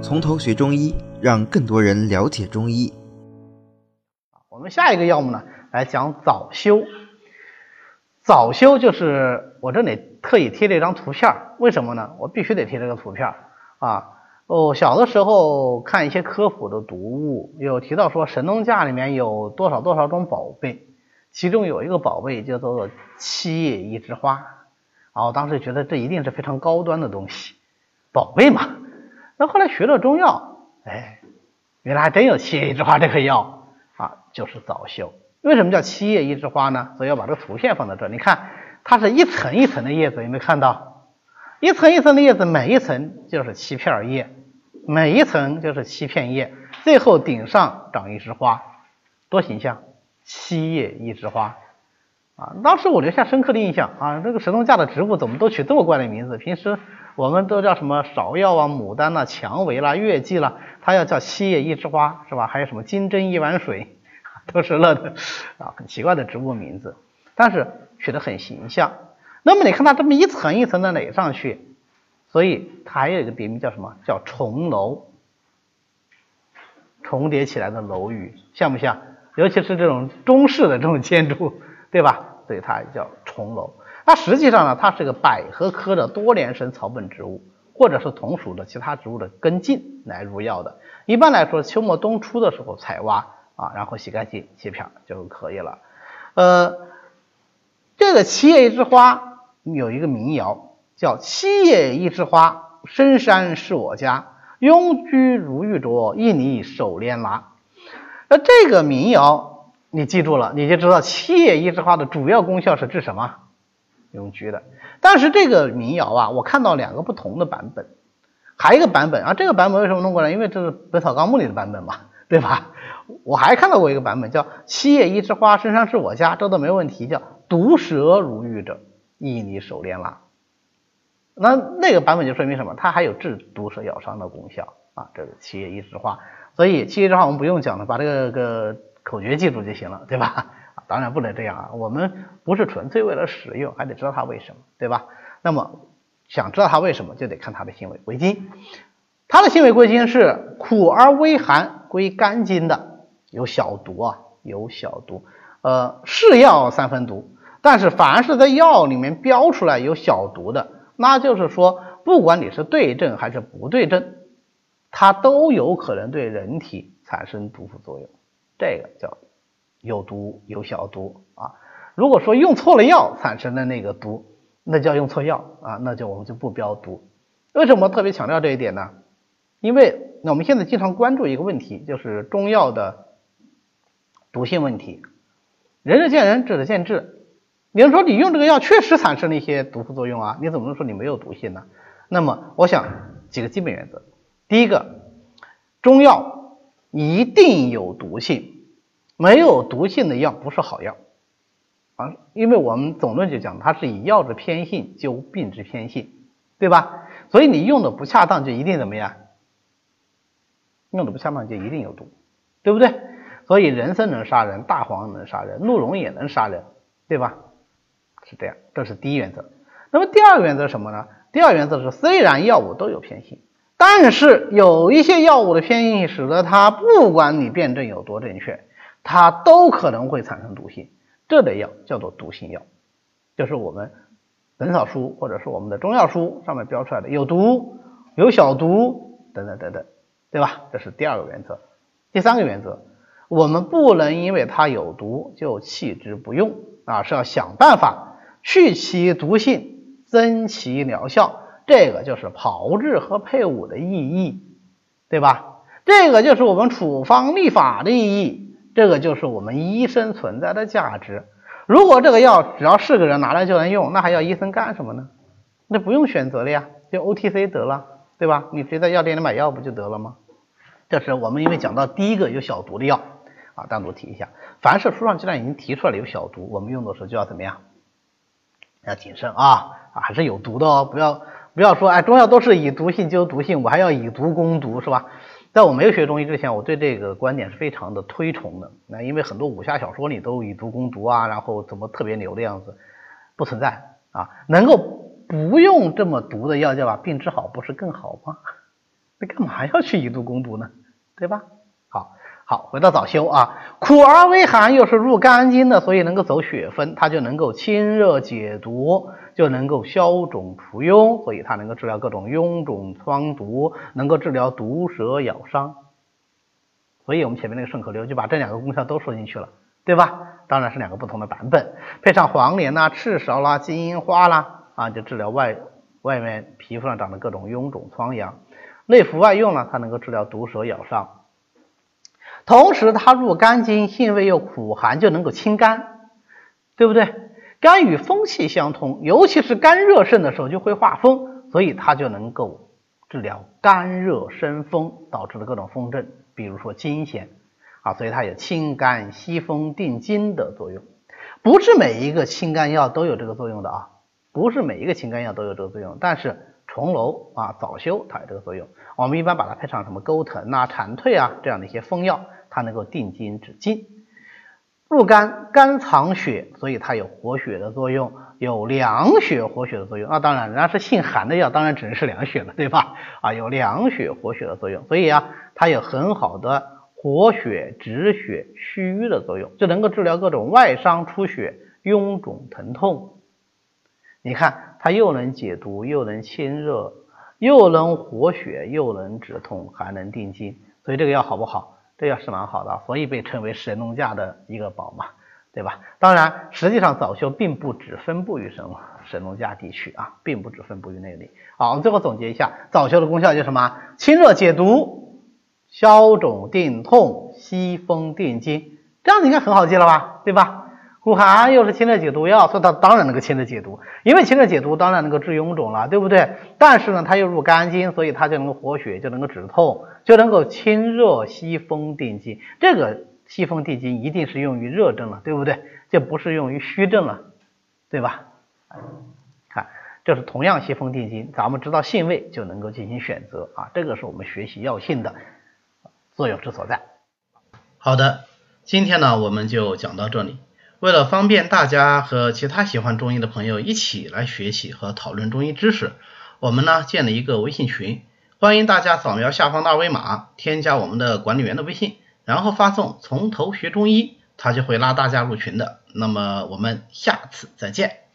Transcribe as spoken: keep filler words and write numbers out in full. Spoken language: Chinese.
从头学中医，让更多人了解中医。 我们下一个药目呢，来讲早休。早休就是我这里特意贴了一张图片，为什么呢？我必须得贴这个图片啊。哦，小的时候看一些科普的读物，有提到说神农架里面有多少多少种宝贝，其中有一个宝贝叫做七叶一枝花。啊，我当时觉得这一定是非常高端的东西，宝贝嘛。那后来学了中药，哎，原来还真有七叶一枝花这个药啊，就是早休。为什么叫七叶一枝花呢？所以要把这个图片放在这，你看它是一层一层的叶子，有没有看到？一层一层的叶子，每一层就是七片叶，每一层就是七片叶，最后顶上长一枝花，多形象，七叶一枝花啊！当时我留下深刻的印象啊，这个神农架的植物怎么都取这么怪的名字？平时我们都叫什么芍药啊、牡丹啦、蔷薇啦、月季啦，它要叫七叶一枝花，是吧？还有什么金针一碗水，都是乐的啊，很奇怪的植物名字，但是取得很形象。那么你看它这么一层一层的垒上去，所以它还有一个别名叫什么？叫重楼，重叠起来的楼宇，像不像？尤其是这种中式的这种建筑，对吧？所以它叫重楼。那实际上呢，它是个百合科的多年生草本植物，或者是同属的其他植物的根茎来入药的。一般来说，秋末冬初的时候采挖啊，然后洗干净切片就可以了。呃，这个七叶一枝花有一个民谣叫七叶一枝花，深山是我家，拥居如玉镯，一泥手连拉。那这个民谣你记住了，你就知道七叶一枝花的主要功效是治什么？永居的。但是这个民谣啊，我看到两个不同的版本，还有一个版本啊，这个版本为什么弄过来？因为这是《本草纲目》里的版本嘛，对吧？我还看到过一个版本叫七叶一枝花，深山是我家，这都没问题，叫毒蛇如玉者，一泥手连拉。那那个版本就说明什么？它还有治毒蛇咬伤的功效啊，这个七叶一枝花。所以七叶一枝花我们不用讲了，把这个个口诀记住就行了，对吧？当然不能这样啊，我们不是纯粹为了使用，还得知道它为什么，对吧？那么想知道它为什么，就得看它的性味归经。它的性味归经是苦而微寒，归肝经的，有小毒啊，有小毒。呃，是药三分毒，但是凡是在药里面标出来有小毒的，那就是说，不管你是对症还是不对症，它都有可能对人体产生毒副作用，这个叫有毒有小毒啊。如果说用错了药产生的那个毒，那叫用错药啊，那就我们就不标毒。为什么特别强调这一点呢？因为我们现在经常关注一个问题，就是中药的毒性问题。仁者见仁，智者见智。有人说你用这个药确实产生了一些毒副作用啊，你怎么能说你没有毒性呢？那么我想几个基本原则。第一个，中药一定有毒性，没有毒性的药不是好药啊，因为我们总论就讲它是以药之偏性救病之偏性，对吧？所以你用的不恰当就一定怎么样？用的不恰当就一定有毒，对不对？所以人参能杀人，大黄能杀人，鹿茸也能杀人，对吧？是这样，这是第一原则。那么第二个原则是什么呢？第二原则是虽然药物都有偏性，但是有一些药物的偏性使得它不管你辩证有多正确，它都可能会产生毒性，这类药叫做毒性药，就是我们本草书或者是我们的中药书上面标出来的有毒有小毒等等等等，对吧？这是第二个原则。第三个原则，我们不能因为它有毒就弃之不用啊，是要想办法去其毒性，增其疗效，这个就是炮制和配伍的意义，对吧？这个就是我们处方立法的意义，这个就是我们医生存在的价值。如果这个药只要是个人拿来就能用，那还要医生干什么呢？那不用选择了呀，就 O T C 得了，对吧？你直接在药店里买药不就得了吗？这是我们因为讲到第一个有小毒的药啊，单独提一下。凡是书上既然已经提出来了有小毒，我们用的时候就要怎么样？要谨慎啊，啊还是有毒的哦，不要不要说哎，中药都是以毒性救毒性，我还要以毒攻毒，是吧？在我没有学中医之前，我对这个观点是非常的推崇的。那因为很多武侠小说里都以毒攻毒啊，然后怎么特别牛的样子，不存在啊。能够不用这么毒的药，就把病治好，不是更好吗？ 那干嘛要去以毒攻毒呢？对吧？好，好，回到早秋啊，苦而微寒，又是入肝经的，所以能够走血分，它就能够清热解毒，就能够消肿除痈，所以它能够治疗各种臃肿疮毒，能够治疗毒蛇咬伤。所以我们前面那个顺口溜就把这两个功效都说进去了，对吧？当然是两个不同的版本，配上黄连啦、赤芍啦、金银花啦啊，就治疗外外面皮肤上长的各种臃肿疮疡。内服外用呢，它能够治疗毒蛇咬伤。同时它入肝经，性味又苦寒，就能够清肝，对不对？肝与风气相通，尤其是肝热盛的时候就会化风，所以它就能够治疗肝热生风导致的各种风症，比如说惊痫啊，所以它有清肝息风定惊的作用。不是每一个清肝药都有这个作用的啊，不是每一个清肝药都有这个作用，但是重楼啊、早秋它有这个作用。我们一般把它配上什么钩藤啊、蝉蜕啊这样的一些风药，它能够定惊止惊。入肝，肝藏血，所以它有活血的作用，有凉血活血的作用。那当然，人家是性寒的药，当然只能是凉血了，对吧？啊，有凉血活血的作用，所以啊，它有很好的活血止血祛瘀的作用，就能够治疗各种外伤出血、臃肿疼痛。你看，它又能解毒，又能清热，又能活血，又能止痛，还能定惊，所以这个药好不好？这药是蛮好的，所以被称为神农架的一个宝嘛，对吧？当然，实际上早秋并不只分布于神神农架地区啊，并不只分布于那里。好，我们最后总结一下，早秋的功效就是什么？清热解毒、消肿定痛、息风定惊，这样子应该很好记了吧，对吧？苦寒又是清热解毒药，所以它当然能够清热解毒，因为清热解毒当然能够治臃肿了，对不对？但是呢，它又入肝经，所以它就能够活血，就能够止痛，就能够清热息风定惊。这个息风定惊一定是用于热症了，对不对？这不是用于虚症了，对吧？看，这是同样息风定惊，咱们知道性味就能够进行选择啊，这个是我们学习药性的作用之所在。 好的，今天呢我们就讲到这里。为了方便大家和其他喜欢中医的朋友一起来学习和讨论中医知识，我们呢建了一个微信群，欢迎大家扫描下方的二维码，添加我们的管理员的微信，然后发送从头学中医，他就会拉大家入群的。那么我们下次再见。